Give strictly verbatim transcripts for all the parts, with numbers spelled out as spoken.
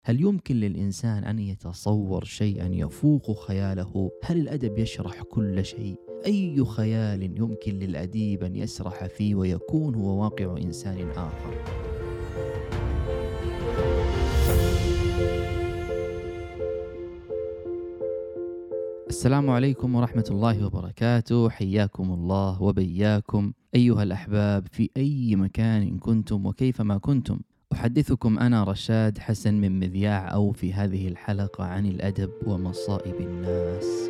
هل يمكن للإنسان أن يتصور شيئا يفوق خياله؟ هل الأدب يشرح كل شيء؟ أي خيال يمكن للأديب أن يسرح فيه ويكون هو واقع إنسان آخر؟ السلام عليكم ورحمة الله وبركاته، حياكم الله وبياكم أيها الأحباب في أي مكان كنتم وكيفما كنتم. أحدثكم أنا رشاد حسن من مذياع أو في هذه الحلقة عن الأدب ومصائب الناس.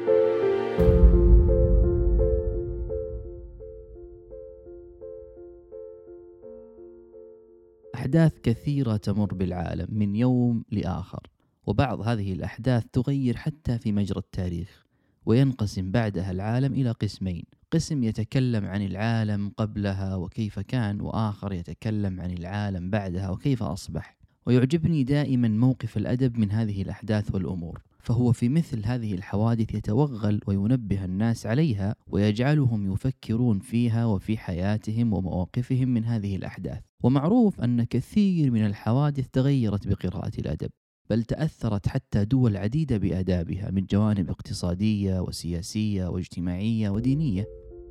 أحداث كثيرة تمر بالعالم من يوم لآخر، وبعض هذه الأحداث تغير حتى في مجرى التاريخ، وينقسم بعدها العالم إلى قسمين: قسم يتكلم عن العالم قبلها وكيف كان، وآخر يتكلم عن العالم بعدها وكيف أصبح. ويعجبني دائما موقف الأدب من هذه الأحداث والأمور، فهو في مثل هذه الحوادث يتوغل وينبه الناس عليها ويجعلهم يفكرون فيها وفي حياتهم ومواقفهم من هذه الأحداث. ومعروف أن كثير من الحوادث تغيرت بقراءة الأدب، بل تأثرت حتى دول عديدة بآدابها من جوانب اقتصادية وسياسية واجتماعية ودينية.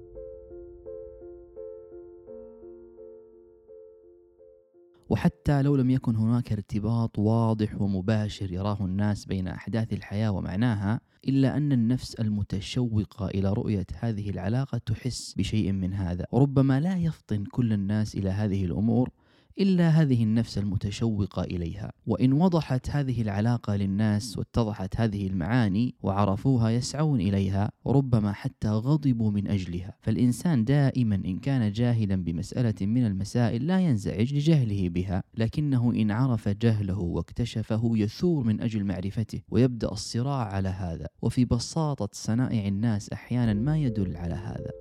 وحتى لو لم يكن هناك ارتباط واضح ومباشر يراه الناس بين أحداث الحياة ومعناها، إلا أن النفس المتشوقة إلى رؤية هذه العلاقة تحس بشيء من هذا، وربما لا يفطن كل الناس إلى هذه الأمور إلا هذه النفس المتشوقة إليها. وإن وضحت هذه العلاقة للناس واتضحت هذه المعاني وعرفوها يسعون إليها، وربما حتى غضبوا من أجلها. فالإنسان دائما إن كان جاهلا بمسألة من المسائل لا ينزعج لجهله بها، لكنه إن عرف جهله واكتشفه يثور من أجل معرفته، ويبدأ الصراع على هذا. وفي بساطة صنائع الناس أحيانا ما يدل على هذا.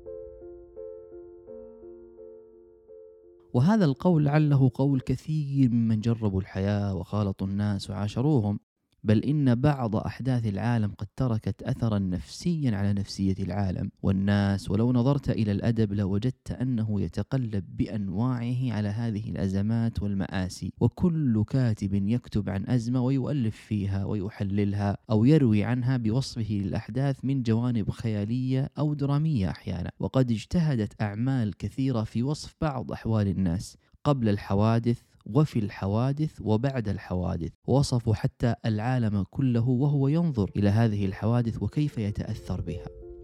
وهذا القول لعله قول كثير ممن جربوا الحياة وخالطوا الناس وعاشروهم، بل إن بعض أحداث العالم قد تركت أثرا نفسيا على نفسية العالم والناس. ولو نظرت إلى الأدب لوجدت أنه يتقلب بأنواعه على هذه الأزمات والمآسي، وكل كاتب يكتب عن أزمة ويؤلف فيها ويحللها أو يروي عنها بوصفه للأحداث من جوانب خيالية أو درامية أحيانا. وقد اجتهدت أعمال كثيرة في وصف بعض أحوال الناس قبل الحوادث وفي الحوادث وبعد الحوادث، وصفوا حتى العالم كله وهو ينظر إلى هذه الحوادث وكيف يتأثر بها.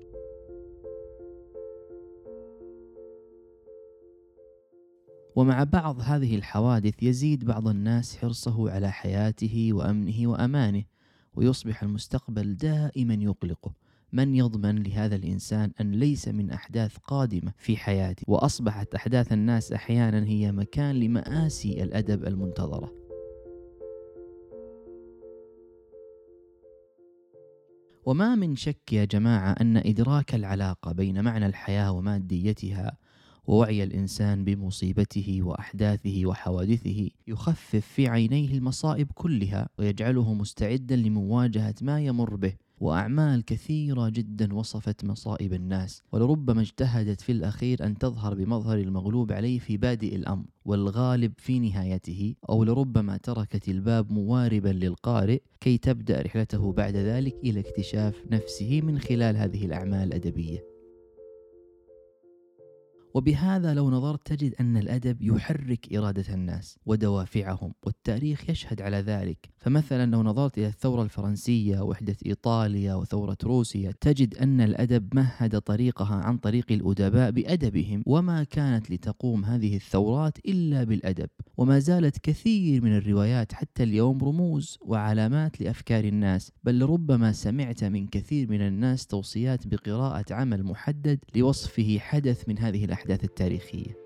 ومع بعض هذه الحوادث يزيد بعض الناس حرصه على حياته وأمنه وأمانه، ويصبح المستقبل دائما يقلقه. من يضمن لهذا الإنسان أن ليس من أحداث قادمة في حياته؟ وأصبحت أحداث الناس أحيانا هي مكان لمآسي الأدب المنتظرة. وما من شك يا جماعة أن إدراك العلاقة بين معنى الحياة وماديتها ووعي الإنسان بمصيبته وأحداثه وحوادثه يخفف في عينيه المصائب كلها، ويجعله مستعدا لمواجهة ما يمر به. وأعمال كثيرة جدا وصفت مصائب الناس، ولربما اجتهدت في الأخير أن تظهر بمظهر المغلوب عليه في بادئ الأمر والغالب في نهايته، أو لربما تركت الباب مواربا للقارئ كي تبدأ رحلته بعد ذلك إلى اكتشاف نفسه من خلال هذه الأعمال الأدبية. وبهذا لو نظرت تجد أن الأدب يحرك إرادة الناس ودوافعهم، والتاريخ يشهد على ذلك. فمثلا لو نظرت إلى الثورة الفرنسية ووحدة إيطاليا وثورة روسيا تجد أن الأدب مهد طريقها عن طريق الأدباء بأدبهم، وما كانت لتقوم هذه الثورات إلا بالأدب. وما زالت كثير من الروايات حتى اليوم رموز وعلامات لأفكار الناس، بل ربما سمعت من كثير من الناس توصيات بقراءة عمل محدد لوصفه حدث من هذه الأحداث التاريخية.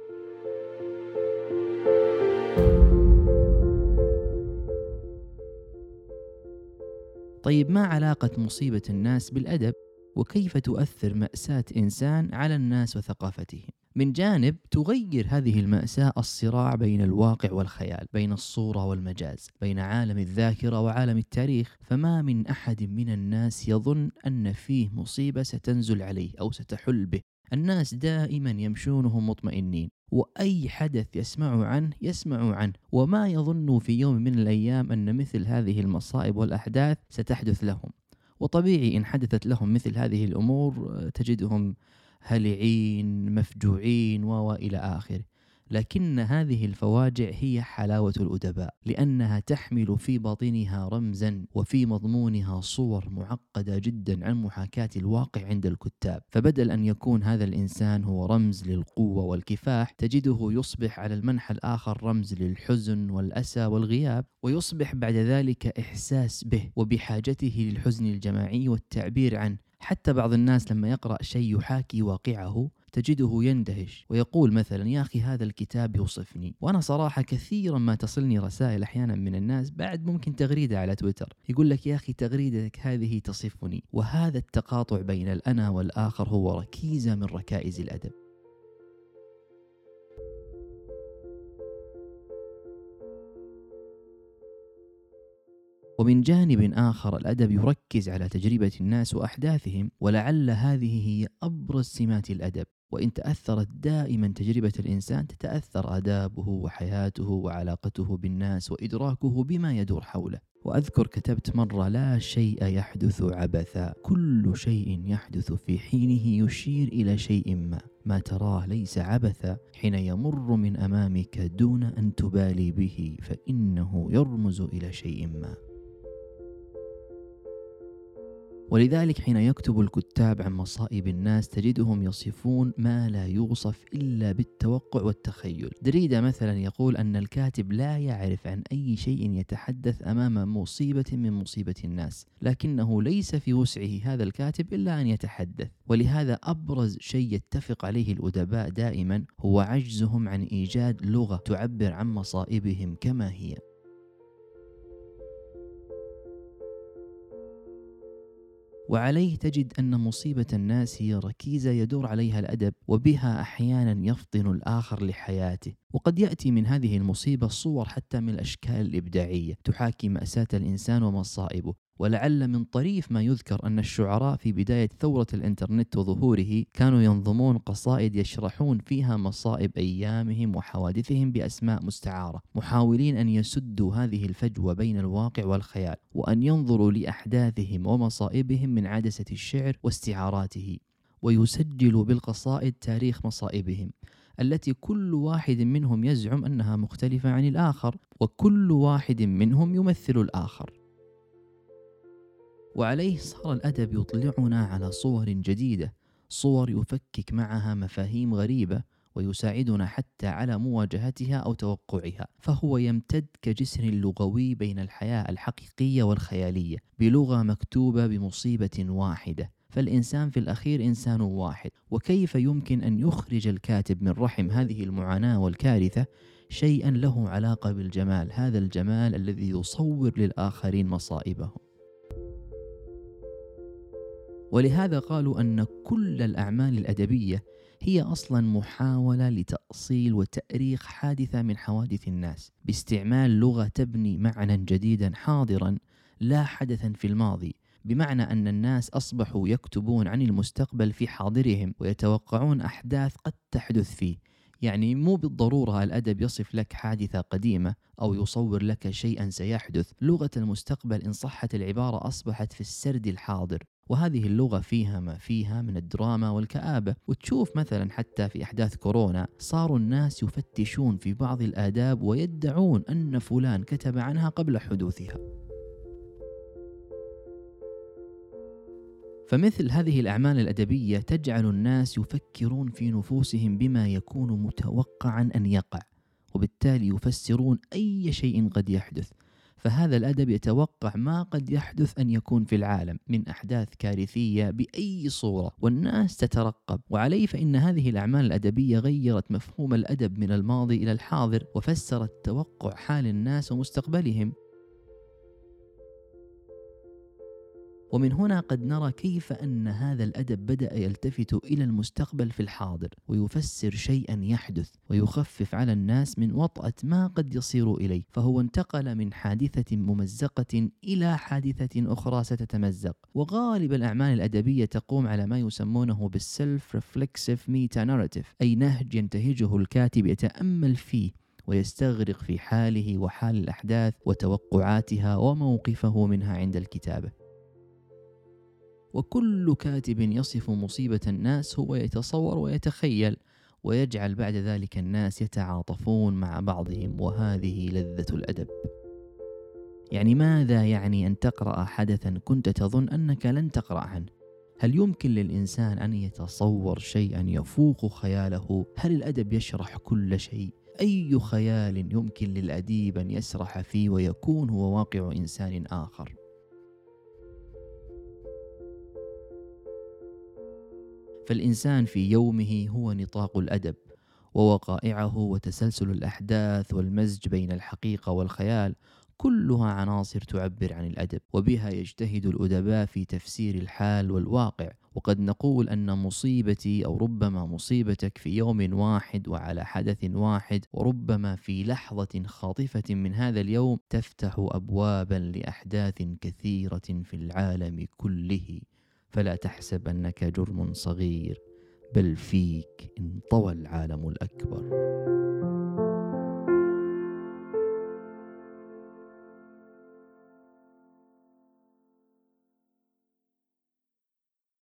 طيب، ما علاقة مصيبة الناس بالأدب؟ وكيف تؤثر مأساة إنسان على الناس وثقافتهم؟ من جانب تغير هذه المأساة الصراع بين الواقع والخيال، بين الصورة والمجاز، بين عالم الذاكرة وعالم التاريخ. فما من أحد من الناس يظن أن فيه مصيبة ستنزل عليه أو ستحل به، الناس دائما يمشون وهم مطمئنين، وأي حدث يسمعوا عنه يسمعوا عنه، وما يظنوا في يوم من الأيام أن مثل هذه المصائب والأحداث ستحدث لهم. وطبيعي إن حدثت لهم مثل هذه الأمور تجدهم هلعين مفجوعين وإلى آخره. لكن هذه الفواجع هي حلاوة الأدباء، لأنها تحمل في باطنها رمزا وفي مضمونها صور معقدة جدا عن محاكاة الواقع عند الكتاب. فبدل أن يكون هذا الإنسان هو رمز للقوة والكفاح، تجده يصبح على المنحى الآخر رمز للحزن والأسى والغياب، ويصبح بعد ذلك إحساس به وبحاجته للحزن الجماعي والتعبير عنه. حتى بعض الناس لما يقرأ شيء يحاكي واقعه تجده يندهش ويقول مثلا: يا أخي هذا الكتاب يوصفني. وأنا صراحة كثيرا ما تصلني رسائل أحيانا من الناس بعد ممكن تغريدة على تويتر يقول لك: يا أخي تغريدتك هذه تصفني. وهذا التقاطع بين الأنا والآخر هو ركيزة من ركائز الأدب. ومن جانب آخر الأدب يركز على تجربة الناس وأحداثهم، ولعل هذه هي أبرز سمات الأدب. وإن تأثرت دائما تجربة الإنسان تتأثر آدابه وحياته وعلاقته بالناس وإدراكه بما يدور حوله. وأذكر كتبت مرة: لا شيء يحدث عبثا، كل شيء يحدث في حينه يشير إلى شيء ما، ما تراه ليس عبثا حين يمر من أمامك دون أن تبالي به، فإنه يرمز إلى شيء ما. ولذلك حين يكتب الكتاب عن مصائب الناس تجدهم يصفون ما لا يوصف إلا بالتوقع والتخيل. دريدا مثلا يقول أن الكاتب لا يعرف عن أي شيء يتحدث أمام مصيبة من مصيبة الناس، لكنه ليس في وسعه هذا الكاتب إلا أن يتحدث. ولهذا أبرز شيء يتفق عليه الأدباء دائما هو عجزهم عن إيجاد لغة تعبر عن مصائبهم كما هي. وعليه تجد أن مصيبة الناس هي ركيزة يدور عليها الأدب، وبها أحيانا يفطن الآخر لحياته. وقد يأتي من هذه المصيبة صور حتى من الأشكال الإبداعية تحاكي مأساة الإنسان ومصائبه. ولعل من طريف ما يذكر أن الشعراء في بداية ثورة الإنترنت وظهوره كانوا ينظمون قصائد يشرحون فيها مصائب أيامهم وحوادثهم بأسماء مستعارة، محاولين أن يسدوا هذه الفجوة بين الواقع والخيال، وأن ينظروا لأحداثهم ومصائبهم من عدسة الشعر واستعاراته، ويسجلوا بالقصائد تاريخ مصائبهم التي كل واحد منهم يزعم أنها مختلفة عن الآخر، وكل واحد منهم يمثل الآخر. وعليه صار الأدب يطلعنا على صور جديدة، صور يفكك معها مفاهيم غريبة ويساعدنا حتى على مواجهتها أو توقعها. فهو يمتد كجسر لغوي بين الحياة الحقيقية والخيالية بلغة مكتوبة بمصيبة واحدة. فالإنسان في الأخير إنسان واحد، وكيف يمكن أن يخرج الكاتب من رحم هذه المعاناة والكارثة شيئا له علاقة بالجمال، هذا الجمال الذي يصور للآخرين مصائبهم. ولهذا قالوا أن كل الأعمال الأدبية هي أصلا محاولة لتأصيل وتأريخ حادثة من حوادث الناس باستعمال لغة تبني معنى جديدا حاضرا لا حدثا في الماضي، بمعنى أن الناس أصبحوا يكتبون عن المستقبل في حاضرهم ويتوقعون أحداث قد تحدث فيه. يعني مو بالضرورة الأدب يصف لك حادثة قديمة أو يصور لك شيئا سيحدث. لغة المستقبل إن صحت العبارة أصبحت في السرد الحاضر، وهذه اللغة فيها ما فيها من الدراما والكآبة. وتشوف مثلا حتى في أحداث كورونا صاروا الناس يفتشون في بعض الآداب ويدعون أن فلان كتب عنها قبل حدوثها. فمثل هذه الأعمال الأدبية تجعل الناس يفكرون في نفوسهم بما يكون متوقعا أن يقع، وبالتالي يفسرون أي شيء قد يحدث. فهذا الأدب يتوقع ما قد يحدث أن يكون في العالم من أحداث كارثية بأي صورة، والناس تترقب. وعليه فإن هذه الأعمال الأدبية غيرت مفهوم الأدب من الماضي إلى الحاضر، وفسرت توقع حال الناس ومستقبلهم. ومن هنا قد نرى كيف أن هذا الأدب بدأ يلتفت إلى المستقبل في الحاضر، ويفسر شيئا يحدث، ويخفف على الناس من وطأة ما قد يصير إليه. فهو انتقل من حادثة ممزقة إلى حادثة أخرى ستتمزق. وغالب الأعمال الأدبية تقوم على ما يسمونه بالسلف ريفلكسيف ميتا ناراتيف، أي نهج ينتهجه الكاتب يتأمل فيه ويستغرق في حاله وحال الأحداث وتوقعاتها وموقفه منها عند الكتابة. وكل كاتب يصف مصيبة الناس هو يتصور ويتخيل، ويجعل بعد ذلك الناس يتعاطفون مع بعضهم، وهذه لذة الأدب. يعني ماذا يعني أن تقرأ حدثا كنت تظن أنك لن تقرأ عنه؟ هل يمكن للإنسان أن يتصور شيئا يفوق خياله؟ هل الأدب يشرح كل شيء؟ أي خيال يمكن للأديب أن يسرح فيه ويكون هو واقع إنسان آخر؟ فالإنسان في يومه هو نطاق الأدب، ووقائعه وتسلسل الأحداث والمزج بين الحقيقة والخيال كلها عناصر تعبر عن الأدب، وبها يجتهد الأدباء في تفسير الحال والواقع. وقد نقول أن مصيبتي أو ربما مصيبتك في يوم واحد وعلى حدث واحد، وربما في لحظة خاطفة من هذا اليوم تفتح أبوابا لأحداث كثيرة في العالم كله. فلا تحسب أنك جرم صغير، بل فيك انطوى العالم الأكبر.